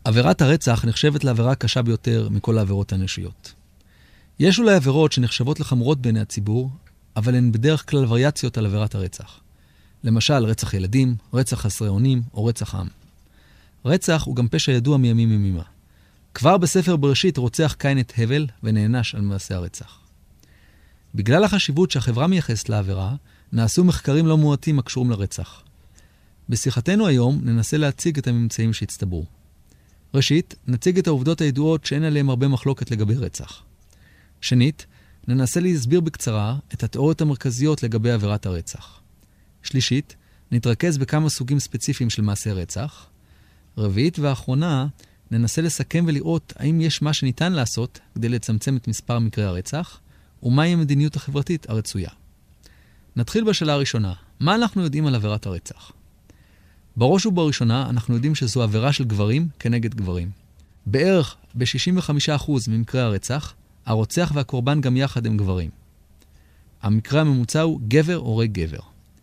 עבירת הרצח נחשבת לעבירה קשה ביותר מכל העבירות האנושיות. יש אולי עבירות שנחשבות לחמורות בעיני הציבור, אבל הן בדרך כלל וריאציות על עבירת הרצח. למשל, רצח ילדים, רצח חסרי אונים או רצח עם. רצח הוא גם פשע ידוע מימים ימימה. כבר בספר בראשית רוצח קין את הבל ונענש על מעשה הרצח. בגלל החשיבות שהחברה מייחסת לעבירה, נעשו מחקרים לא מועטים הקשורים לרצח. בשיחתנו היום ננסה להציג את הממצאים שהצטברו. ראשית, נציג את העובדות הידועות שאין עליהן הרבה מחלוקת לגבי רצח. שנית, ננסה להסביר בקצרה את התיאוריות המרכזיות לגבי עבירת הרצח. שלישית, נתרכז בכמה סוגים ספציפיים של מעשי רצח. רביעית ואחרונה, ננסה לסכם ולראות האם יש מה שניתן לעשות כדי לצמצם את מספר מקרי הרצח, ומהי המדיניות החברתית הרצויה. נתחיל בשאלה הראשונה, מה אנחנו יודעים על עבירת הרצח? בראש ובראשונה אנחנו יודעים שזו עבירה של גברים כנגד גברים. בערך ב-65% ממקרי הרצח, הרוצח והקורבן גם יחד הם גברים. המקרה הממוצע הוא גבר הורג גבר.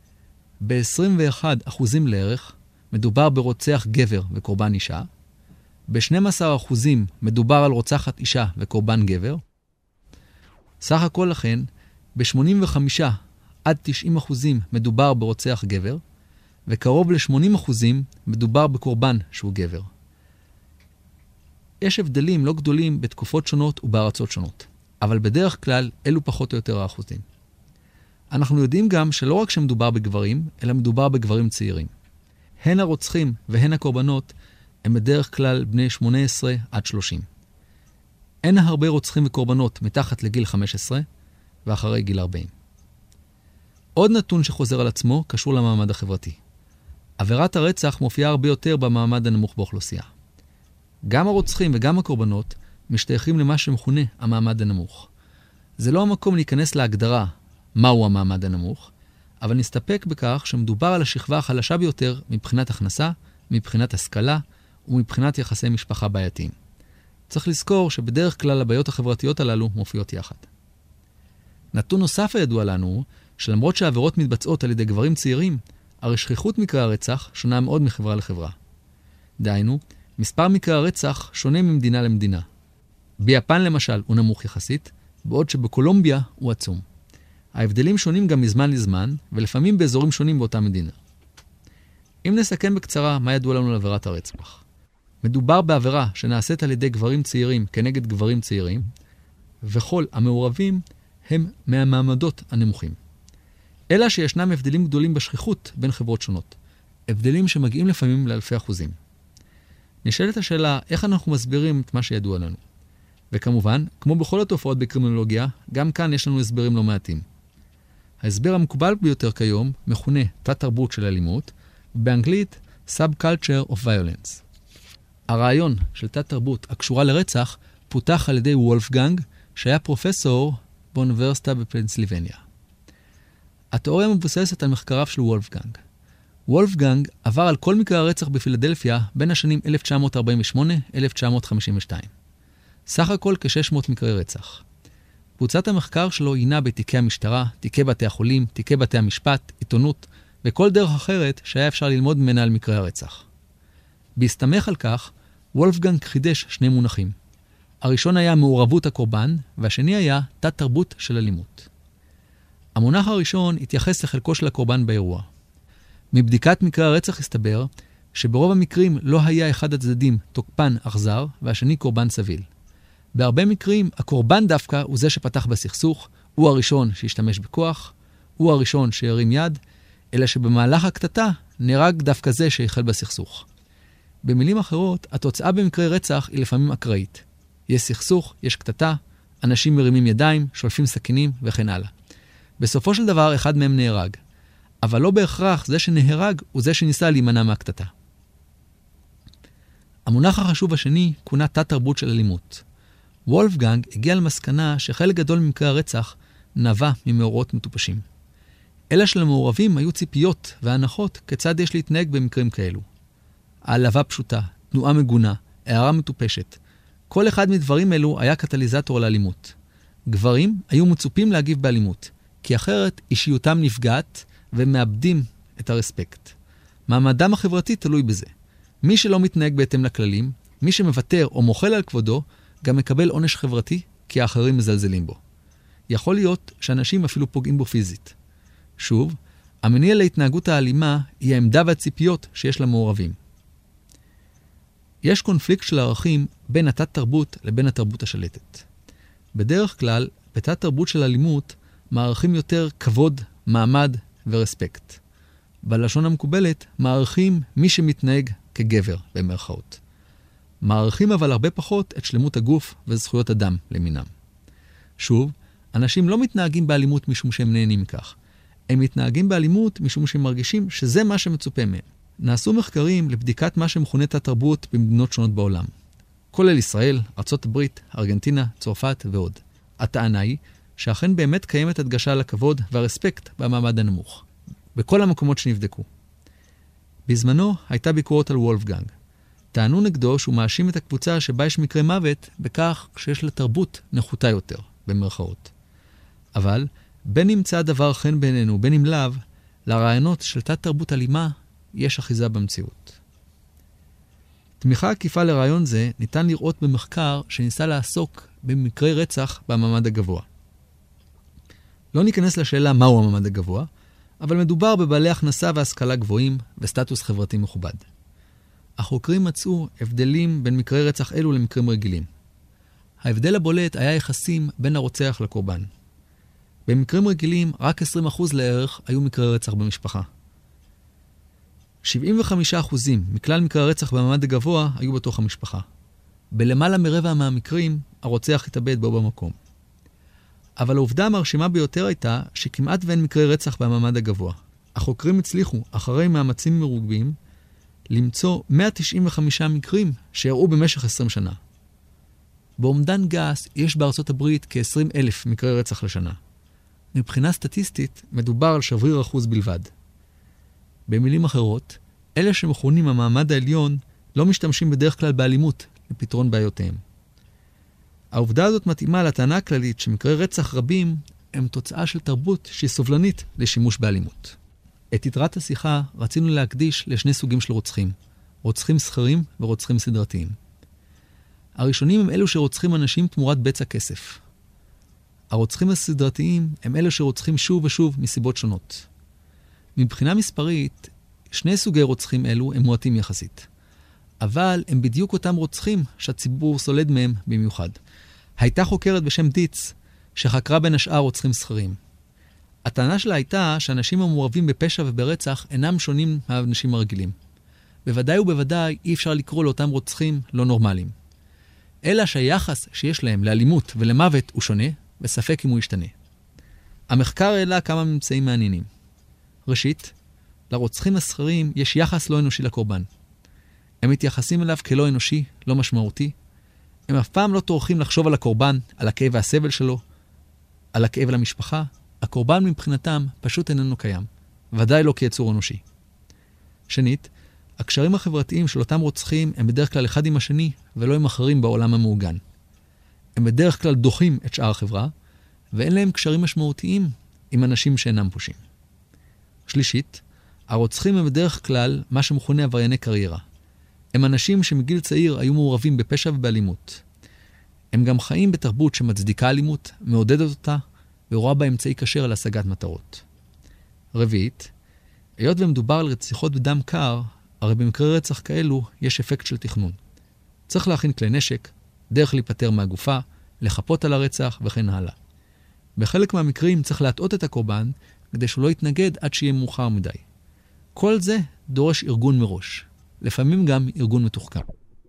ב-21% לערך מדובר ברוצח גבר וקורבן אישה. ב-12% מדובר על רוצחת אישה וקורבן גבר. סך הכל לכן, ב-85 עד 90% מדובר ברוצח גבר, וקרוב ל-80% מדובר בקורבן שהוא גבר. יש הבדלים לא גדולים בתקופות שונות ובארצות שונות, אבל בדרך כלל אלו פחות או יותר האחוזים. אנחנו יודעים גם שלא רק שמדובר בגברים, אלא מדובר בגברים צעירים. הן הרוצחים והן הקורבנות הם בדרך כלל בני 18 עד 30. אין הרבה רוצחים וקורבנות מתחת לגיל 15 ואחרי גיל 40. עוד נתון שחוזר על עצמו קשור למעמד החברתי. עבירת הרצח מופיעה הרבה יותר במעמד הנמוך באוכלוסייה. גם הרוצחים וגם הקורבנות משתייכים למה שמכונה המעמד הנמוך. זה לא המקום להיכנס להגדרה מהו המעמד הנמוך, אבל נסתפק בכך שמדובר על השכבה החלשה ביותר מבחינת הכנסה, מבחינת השכלה ומבחינת יחסי משפחה בעייתיים. צריך לזכור שבדרך כלל הבעיות החברתיות הללו מופיעות יחד. נתון נוסף הידוע לנו, שלמרות שהעבירות מתבצעות על ידי גברים צעירים, הרי שכיחות מקרי הרצח שונה מאוד מחברה לחברה. דהיינו, מספר מקרי הרצח שונה ממדינה למדינה. ביפן למשל הוא נמוך יחסית, בעוד שבקולומביה הוא עצום. ההבדלים שונים גם מזמן לזמן, ולפעמים באזורים שונים באותה מדינה. אם נסכם בקצרה מה ידוע לנו על עבירת הרצח. מדובר בעבירה שנעשית על ידי גברים צעירים כנגד גברים צעירים, וכל המעורבים הם מהמעמדות הנמוכים. אלא שישנם הבדלים גדולים בשכיחות בין חברות שונות. הבדלים שמגיעים לפעמים לאלפי אחוזים. נשאלת השאלה איך אנחנו מסבירים את מה שידוע לנו. וכמובן, כמו בכל התופעות בקרימינולוגיה, גם כאן יש לנו הסברים לא מעטים. ההסבר המקובל ביותר כיום מכונה תת-תרבות של אלימות, ובאנגלית Subculture of Violence. הרעיון של תת-תרבות הקשורה לרצח פותח על ידי וולפגנג, שהיה פרופסור באוניברסיטה בפנסילבניה. התיאוריה מבוססת על מחקריו של וולפגנג. וולפגנג עבר על כל מקרי הרצח בפילדלפיה בין השנים 1948-1952. סך הכל כ-600 מקרי רצח. קבוצת המחקר שלו הינה בתיקי המשטרה, תיקי בתי החולים, תיקי בתי המשפט, עיתונות וכל דרך אחרת שהיה אפשר ללמוד ממנה על מקרי הרצח. בהסתמך על כך, וולפגנג חידש שני מונחים. הראשון היה מעורבות הקורבן, והשני היה תת-תרבות של אלימות. המונח הראשון התייחס לחלקו של הקורבן באירוע. מבדיקת מקרי הרצח הסתבר שברוב המקרים לא היה אחד הצדדים תוקפן אכזר והשני קורבן סביל. בהרבה מקרים הקורבן דווקא הוא זה שפתח בסכסוך, הוא הראשון שהשתמש בכוח, הוא הראשון שהרים יד, אלא שבמהלך הקטטה נהרג דווקא זה שהחל בסכסוך. במילים אחרות, התוצאה במקרי רצח היא לפעמים אקראית. יש סכסוך, יש קטטה, אנשים מרימים ידיים, שולפים סכינים וכן הלאה. בסופו של דבר אחד מהם נהרג, אבל לא בהכרח זה שנהרג הוא זה שניסה להימנע מהקטטה. המונח החשוב השני כונה תת-תרבות של אלימות. וולפגנג הגיע למסקנה שחלק גדול ממקרי הרצח נבע ממאורעות מטופשים. אלא שלמעורבים היו ציפיות והנחות כיצד יש להתנהג במקרים כאלו. העלבה פשוטה, תנועה מגונה, הערה מטופשת. כל אחד מדברים אלו היה קטליזטור לאלימות. גברים היו מצופים להגיב באלימות, כי אחרת אישיותם נפגעת ומאבדים את הרספקט. מעמדם החברתי תלוי בזה. מי שלא מתנהג בהתאם לכללים, מי שמוותר או מוחל על כבודו, גם מקבל עונש חברתי, כי האחרים מזלזלים בו. יכול להיות שאנשים אפילו פוגעים בו פיזית. שוב, המניע להתנהגות האלימה היא העמדה והציפיות שיש למעורבים. יש קונפליקט של ערכים בין התת-תרבות לבין התרבות השלטת. בדרך כלל, בתת-תרבות של אלימות, מערכים יותר כבוד, מעמד ורספקט. בלשון המקובלת, מערכים מי שמתנהג כגבר, במרכאות. מערכים אבל הרבה פחות את שלמות הגוף וזכויות אדם למינם. שוב, אנשים לא מתנהגים באלימות משום שהם נהנים מכך. הם מתנהגים באלימות משום שהם מרגישים שזה מה שמצופה מהם. נעשו מחקרים לבדיקת מה שמכונה תת-תרבות במדינות שונות בעולם. כולל ישראל, ארצות הברית, ארגנטינה, צרפת ועוד. הטענה היא שאכן באמת קיימת הדגשה לכבוד והרספקט במעמד הנמוך. בכל המקומות שנבדקו. בזמנו הייתה ביקורת על וולפגנג. טענו נגדו שהוא מאשים את הקבוצה שבה יש מקרה מוות בכך שיש לה תרבות נחותה יותר, במרכאות. אבל, בין נמצא הדבר חן בינינו, בין אם לאו, לרעיונות של תת-תרבות אלימה יש אחיזה במציאות. תמיכה עקיפה לרעיון זה ניתן לראות במחקר שניסה לעסוק במקרי רצח במעמד הגבוה. לא ניכנס לשאלה מהו המעמד הגבוה, אבל מדובר בבעלי הכנסה והשכלה גבוהים וסטטוס חברתי מכובד. החוקרים מצאו הבדלים בין מקרי רצח אלו למקרים רגילים. ההבדל הבולט היה יחסים בין הרוצח לקורבן. במקרים רגילים רק 20% לערך היו מקרי רצח במשפחה. 75% מכלל מקרי הרצח במעמד הגבוה היו בתוך המשפחה. בלמעלה מרבע מהמקרים הרוצח התאבד בו במקום. אבל העובדה המרשימה ביותר הייתה שכמעט ואין מקרי רצח במעמד הגבוה. החוקרים הצליחו, אחרי מאמצים מרובים, למצוא 195 מקרים שהראו במשך 20 שנה. באומדן גס יש בארצות הברית כ-20,000 מקרי רצח לשנה. מבחינה סטטיסטית מדובר על שבריר אחוז בלבד. במילים אחרות, אלה שמכונים המעמד העליון לא משתמשים בדרך כלל באלימות לפתרון בעיותיהם. העובדה הזאת מתאימה לטענה הכללית שמקרי רצח רבים הם תוצאה של תרבות שהיא סובלנית לשימוש באלימות. את יתרת השיחה רצינו להקדיש לשני סוגים של רוצחים, רוצחים סחרים ורוצחים סדרתיים. הראשונים הם אלו שרוצחים אנשים תמורת בצע כסף. הרוצחים הסדרתיים הם אלו שרוצחים שוב ושוב מסיבות שונות. מבחינה מספרית, שני סוגי רוצחים אלו הם מועטים יחסית. אבל הם בדיוק אותם רוצחים שהציבור סולד מהם במיוחד. הייתה חוקרת בשם דיץ שחקרה בין השאר רוצחים סחרים. הטענה שלה הייתה שאנשים המעורבים בפשע וברצח אינם שונים מהאנשים הרגילים. בוודאי ובוודאי אי אפשר לקרוא לאותם רוצחים לא נורמליים. אלא שהיחס שיש להם לאלימות ולמוות הוא שונה, בספק אם הוא ישתנה. המחקר העלה כמה ממצאים מעניינים. ראשית, לרוצחים הסחרים יש יחס לא אנושי לקורבן. הם מתייחסים אליו כלא אנושי, לא משמעותי. הם אף פעם לא טורחים לחשוב על הקורבן, על הכאב והסבל שלו, על הכאב למשפחה. הקורבן מבחינתם פשוט איננו קיים, ודאי לא כיצור אנושי. שנית, הקשרים החברתיים של אותם רוצחים הם בדרך כלל אחד עם השני, ולא עם אחרים בעולם המעוגן. הם בדרך כלל דוחים את שאר החברה, ואין להם קשרים משמעותיים עם אנשים שאינם פושעים. שלישית, הרוצחים הם בדרך כלל מה שמכונה עברייני קריירה. הם אנשים שמגיל צעיר היו מעורבים בפשע ובאלימות. הם גם חיים בתרבות שמצדיקה אלימות, מעודדת אותה, ורואה בה אמצעי קשר להשגת מטרות. רביעית, היות ומדובר על רציחות בדם קר, הרי במקרה רצח כאלו יש אפקט של תכנון. צריך להכין כלי נשק, דרך להיפטר מהגופה, לחפות על הרצח וכן הלאה. בחלק מהמקרים צריך להטעות את הקורבן, כדי שהוא לא יתנגד עד שיהיה מאוחר מדי. כל זה דורש ארגון מראש. לפעמים גם ארגון מתוחכם.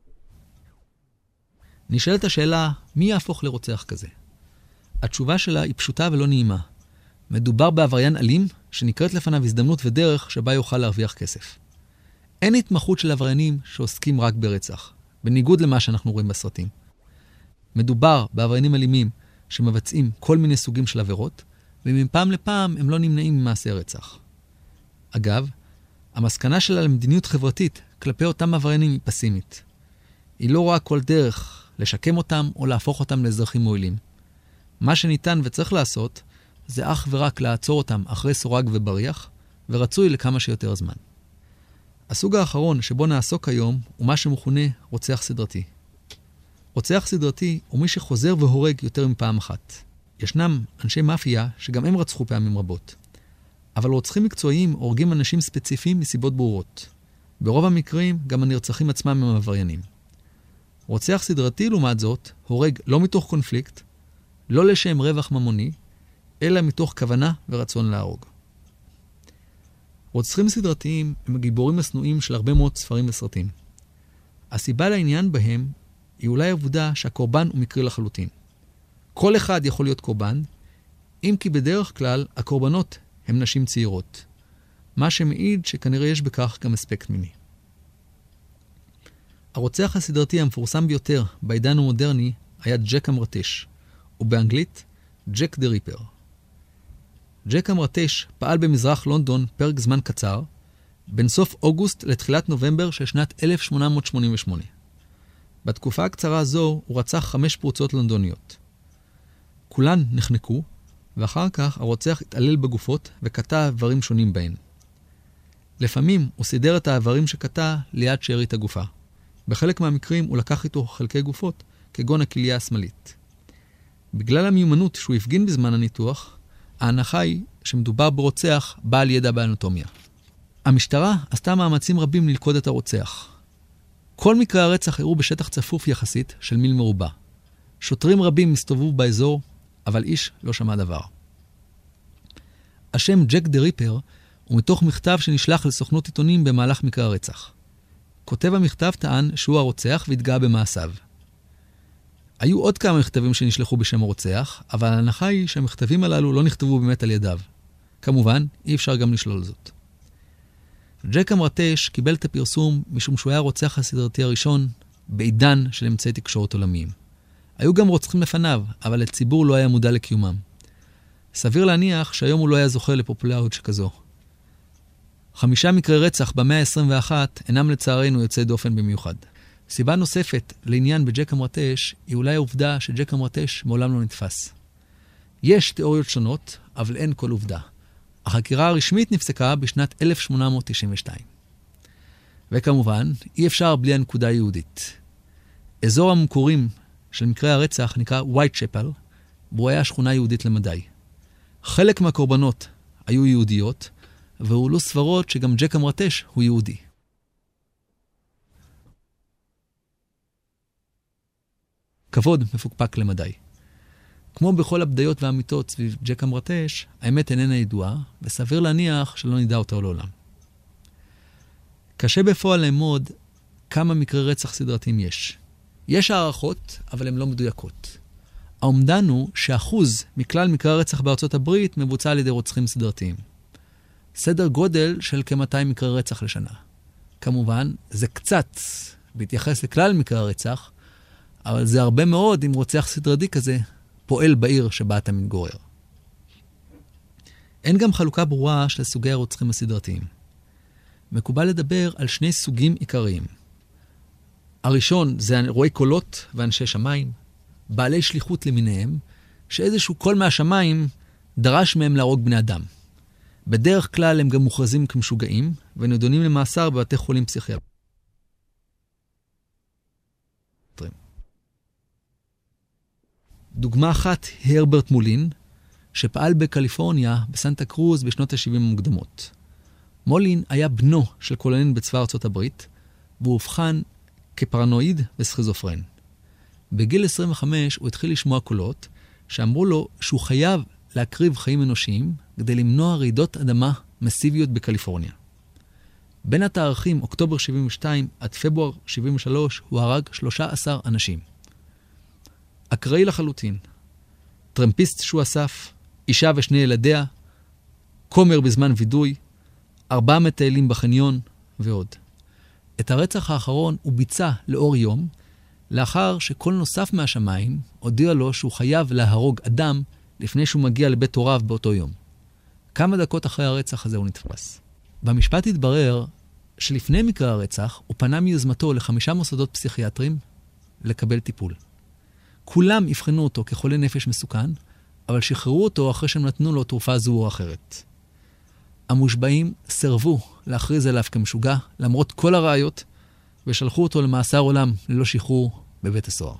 נשאלת השאלה, מי יהפוך לרוצח כזה? התשובה שלה היא פשוטה ולא נעימה. מדובר בעבריין אלים שנקראת לפניו הזדמנות ודרך שבה יוכל להרוויח כסף. אין התמחות של עבריינים שעוסקים רק ברצח, בניגוד למה שאנחנו רואים בסרטים. מדובר בעבריינים אלימים שמבצעים כל מיני סוגים של עבירות, ומפעם לפעם הם לא נמנעים ממעשי רצח. אגב, המסקנה שלה למדיניות חברתית כלפי אותם עבריינים היא פסימית. היא לא רואה כל דרך לשקם אותם או להפוך אותם לאזרחים מועילים. מה שניתן וצריך לעשות זה אך ורק לעצור אותם אחרי סורג ובריח, ורצוי לכמה שיותר זמן. הסוג האחרון שבו נעסוק היום הוא מה שמכונה רוצח סדרתי. רוצח סדרתי הוא מי שחוזר והורג יותר מפעם אחת. ישנם אנשי מאפיה שגם הם רצחו פעמים רבות. אבל רוצחים מקצועיים הורגים אנשים ספציפיים מסיבות ברורות. ברוב המקרים גם הנרצחים עצמם הם עבריינים. רוצח סדרתי לעומת זאת הורג לא מתוך קונפליקט, לא לשם רווח ממוני, אלא מתוך כוונה ורצון להרוג. רוצחים סדרתיים הם הגיבורים הסנועים של הרבה מאוד ספרים וסרטים. הסיבה לעניין בהם היא אולי העובדה שהקורבן הוא מקרי לחלוטין. כל אחד יכול להיות קורבן, אם כי בדרך כלל הקורבנות הם נשים צעירות. מה שמעיד שכנראה יש בכך גם אספקט מיני. הרוצח הסדרתי המפורסם ביותר בעידן המודרני היה ג'ק המרטש, ובאנגלית ג'ק דה ריפר. ג'ק המרטש פעל במזרח לונדון פרק זמן קצר, בין סוף אוגוסט לתחילת נובמבר של שנת 1888. בתקופה הקצרה זו הוא רצח 5 פרוצות לונדוניות. כולן נחנקו, ואחר כך הרוצח התעלל בגופות וקטע איברים שונים בהן. לפעמים הוא סידר את האיברים שקטע ליד שארית הגופה. בחלק מהמקרים הוא לקח איתו חלקי גופות, כגון הכליה השמאלית. בגלל המיומנות שהוא הפגין בזמן הניתוח, ההנחה היא שמדובר ברוצח בעל ידע באנטומיה. המשטרה עשתה מאמצים רבים ללכוד את הרוצח. כל מקרי הרצח אירעו בשטח צפוף יחסית של מיל מרובע. שוטרים רבים הסתובבו באזור, אבל איש לא שמע דבר. השם ג'ק דה ריפר הוא מתוך מכתב שנשלח לסוכנות עיתונים במהלך מקרה הרצח. כותב המכתב טען שהוא הרוצח והתגאה במעשיו. היו עוד כמה מכתבים שנשלחו בשם הרוצח, אבל ההנחה היא שהמכתבים הללו לא נכתבו באמת על ידיו. כמובן, אי אפשר גם לשלול זאת. ג'ק המרטש קיבל את הפרסום משום שהוא היה הרוצח הסדרתי הראשון בעידן של אמצעי תקשורת עולמיים. היו גם רוצחים לפניו, אבל הציבור לא היה מודע לקיומם. סביר להניח שהיום הוא לא היה זוכה לפופולריות שכזו. 5 מקרי רצח במאה ה-21 אינם לצערנו יוצאי דופן במיוחד. סיבה נוספת לעניין בג'ק המרטש היא אולי העובדה שג'ק המרטש מעולם לא נתפס. יש תיאוריות שונות, אבל אין כל עובדה. החקירה הרשמית נפסקה בשנת 1892. וכמובן, אי אפשר בלי הנקודה היהודית. אזור המקורים של מקרי הרצח נקרא ווייטשפל, בו היה שכונה יהודית למדי. חלק מהקורבנות היו יהודיות, והועלו סברות שגם ג'ק המרטש הוא יהודי. כבוד מפוקפק למדי. כמו בכל הבדיות והאמיתות סביב ג'ק המרטש, האמת איננה ידועה, וסביר להניח שלא נדע אותה לעולם. קשה בפועל לאמוד כמה מקרי רצח סדרתיים יש. יש הערכות, אבל הן לא מדויקות. האומדן הוא שאחוז מכלל מקרי הרצח בארצות הברית מבוצע על ידי רוצחים סדרתיים. סדר גודל של כ-200 מקרי רצח לשנה. כמובן, זה קצת בהתייחס לכלל מקרי הרצח, אבל זה הרבה מאוד אם רוצח סדרתי כזה פועל בעיר שבה אתה מתגורר. אין גם חלוקה ברורה של סוגי הרוצחים הסדרתיים. מקובל לדבר על 2 סוגים עיקריים. הראשון זה רואי קולות ואנשי שמיים, בעלי שליחות למיניהם, שאיזשהו קול מהשמיים דרש מהם להרוג בני אדם. בדרך כלל הם גם מוכרזים כמשוגעים, ונדונים למאסר בבתי חולים פסיכיאטריים. דוגמה אחת היא הרברט מולין, שפעל בקליפורניה בסנטה קרוז בשנות ה-70 המוקדמות. מולין היה בנו של קולנין בצבא ארצות הברית, והוא הובחן כפרנואיד וסכיזופרן. בגיל 25 הוא התחיל לשמוע קולות שאמרו לו שהוא חייב להקריב חיים אנושיים כדי למנוע רעידות אדמה מסיביות בקליפורניה. בין התאריכים אוקטובר 72 עד פברואר 73 הוא הרג 13 אנשים. אקראי לחלוטין. טרמפיסט שהוא אסף, אישה ו2 ילדיה, כומר בזמן וידוי, 4 מטיילים בחניון ועוד. את הרצח האחרון הוא ביצע לאור יום, לאחר שכל נוסף מהשמיים הודיע לו שהוא חייב להרוג אדם לפני שהוא מגיע לבית הוריו באותו יום. כמה דקות אחרי הרצח הזה הוא נתפס. במשפט התברר שלפני מקרה הרצח הוא פנה מיוזמתו ל5 מוסדות פסיכיאטריים לקבל טיפול. כולם הבחנו אותו כחולה נפש מסוכן, אבל שחררו אותו אחרי שהם נתנו לו תרופה זו או אחרת. המושבעים סרבו להכריז עליו כמשוגע, למרות כל הראיות, ושלחו אותו למאסר עולם ללא שחרור בבית הסוהר.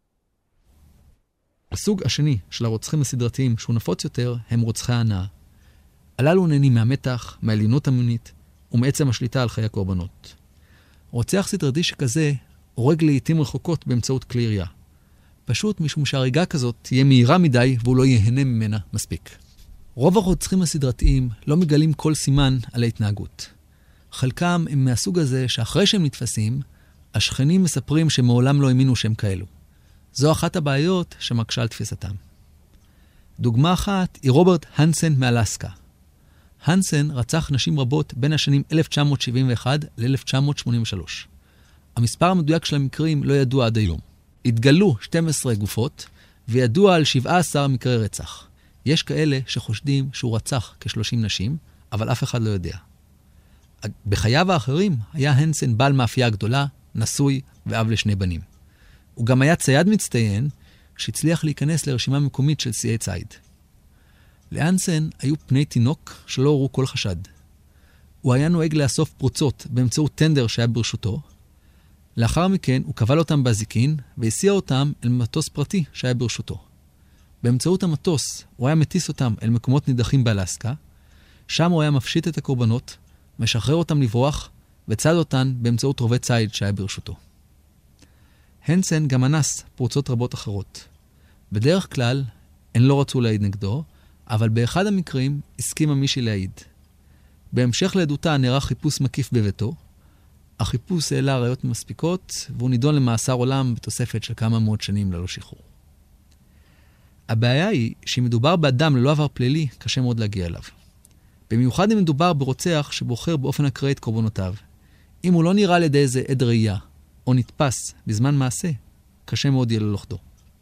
הסוג השני של הרוצחים הסדרתיים שהוא נפוץ יותר הם רוצחי ההנאה. הללו נהנים מהמתח, מהעליונות המינית ומעצם השליטה על חיי הקורבנות. רוצח סדרתי שכזה הורג לעתים רחוקות באמצעות כלי ירייה. פשוט משום שההריגה כזאת תהיה מהירה מדי והוא לא ייהנה ממנה מספיק. רוב הרוצחים הסדרתיים לא מגלים כל סימן על ההתנהגות. חלקם הם מהסוג הזה שאחרי שהם נתפסים, השכנים מספרים שמעולם לא האמינו שהם כאלו. זו אחת הבעיות שמקשה על תפיסתם. דוגמה אחת היא רוברט הנסן מאלסקה. הנסן רצח נשים רבות בין השנים 1971 ל-1983. המספר המדויק של המקרים לא ידוע עד היום. התגלו 12 גופות וידוע על 17 מקרי רצח. יש כאלה שחושדים שהוא רצח כ-30 נשים, אבל אף אחד לא יודע. בחייו האחרים היה הנסן בעל מאפייה גדולה, נשוי ואב לשני בנים. הוא גם היה צייד מצטיין שהצליח להיכנס לרשימה מקומית של שיאי צייד. להנסן היו פני תינוק שלא הורו כל חשד. הוא היה נוהג לאסוף פרוצות באמצעות טנדר שהיה ברשותו. לאחר מכן הוא קבל אותם באזיקין והסיע אותם אל מטוס פרטי שהיה ברשותו. באמצעות המטוס הוא היה מטיס אותם אל מקומות נידחים באלסקה, שם הוא היה מפשיט את הקורבנות, משחרר אותם לברוח וצד אותן באמצעות רובה צייד שהיה ברשותו. הנסן גם אנס פרוצות רבות אחרות. בדרך כלל הן לא רצו להעיד נגדו, אבל באחד המקרים הסכימה מישהי להעיד. בהמשך לעדותה נערך חיפוש מקיף בביתו. החיפוש העלה ראיות מספיקות, והוא נידון למאסר עולם בתוספת של כמה מאות שנים ללא שחרור. הבעיה היא שמדובר באדם ללא עבר פלילי, קשה מאוד להגיע אליו. במיוחד אם מדובר ברוצח שבוחר באופן אקראי את קורבנותיו. אם הוא לא נראה על ידי איזה עד ראייה, או נתפס בזמן מעשה, קשה מאוד יהיה ללוכדו.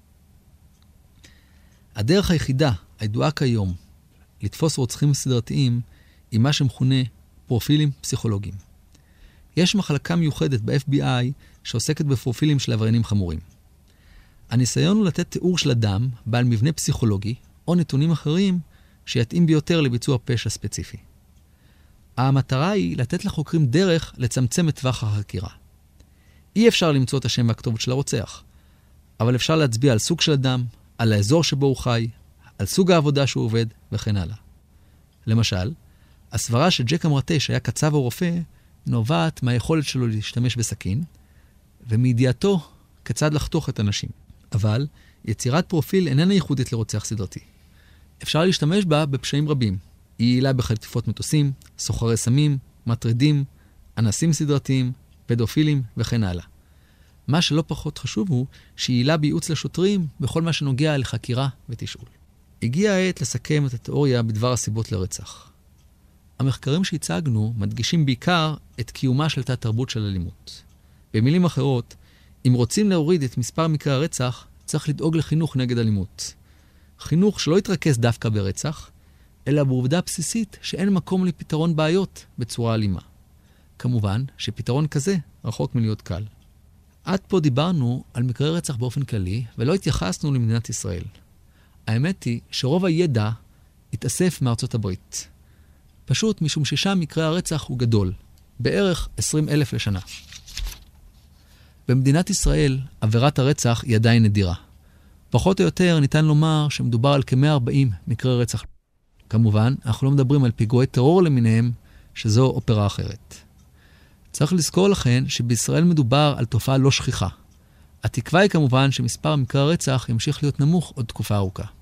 הדרך היחידה, הידועה כיום, לתפוס רוצחים סדרתיים, היא מה שמכונה פרופילים פסיכולוגיים. יש מחלקה מיוחדת ב-FBI שעוסקת בפרופילים של עבריינים חמורים. הניסיון הוא לתת תיאור של אדם בעל מבנה פסיכולוגי, או נתונים אחרים שיתאים ביותר לביצוע פשע ספציפי. המטרה היא לתת לחוקרים דרך לצמצם את טווח החקירה. אי אפשר למצוא את השם והכתובת של הרוצח, אבל אפשר להצביע על סוג של אדם, על האזור שבו הוא חי, על סוג העבודה שהוא עובד וכן הלאה. למשל, הסברה שג'ק אמרטה שהיה קצב או רופא נובעת מהיכולת שלו להשתמש בסכין, ומידיעתו כיצד לחתוך את אנשים. אבל יצירת פרופיל איננה ייחודית לרוצח סדרתי. אפשר להשתמש בה בפשעים רבים. היא יעילה בחטיפות מטוסים, סוחרי סמים, מטרידים, אנסים סדרתיים, פדופילים וכן הלאה. מה שלא פחות חשוב הוא שיעילה בייעוץ לשוטרים בכל מה שנוגע לחקירה ותשאול. הגיעה העת לסכם את התיאוריה בדבר הסיבות לרצח. המחקרים שהצגנו מדגישים בעיקר את קיומה של תת-תרבות של אלימות. במילים אחרות, אם רוצים להוריד את מספר מקרי הרצח, צריך לדאוג לחינוך נגד אלימות. חינוך שלא יתרכז דווקא ברצח, אלא בעובדה בסיסית שאין מקום לפתרון בעיות בצורה אלימה. כמובן שפתרון כזה רחוק מלהיות קל. עד פה דיברנו על מקרי רצח באופן כללי, ולא התייחסנו למדינת ישראל. האמת היא שרוב הידע התאסף מארצות הברית. פשוט משום ששם מקרי הרצח הוא גדול, בערך 20,000 לשנה. במדינת ישראל, עבירת הרצח היא עדיין נדירה. פחות או יותר ניתן לומר שמדובר על כ-140 מקרי רצח. כמובן, אנחנו לא מדברים על פיגועי טרור למיניהם, שזו אופרה אחרת. צריך לזכור לכן שבישראל מדובר על תופעה לא שכיחה. התקווה היא כמובן שמספר מקרי הרצח ימשיך להיות נמוך עוד תקופה ארוכה.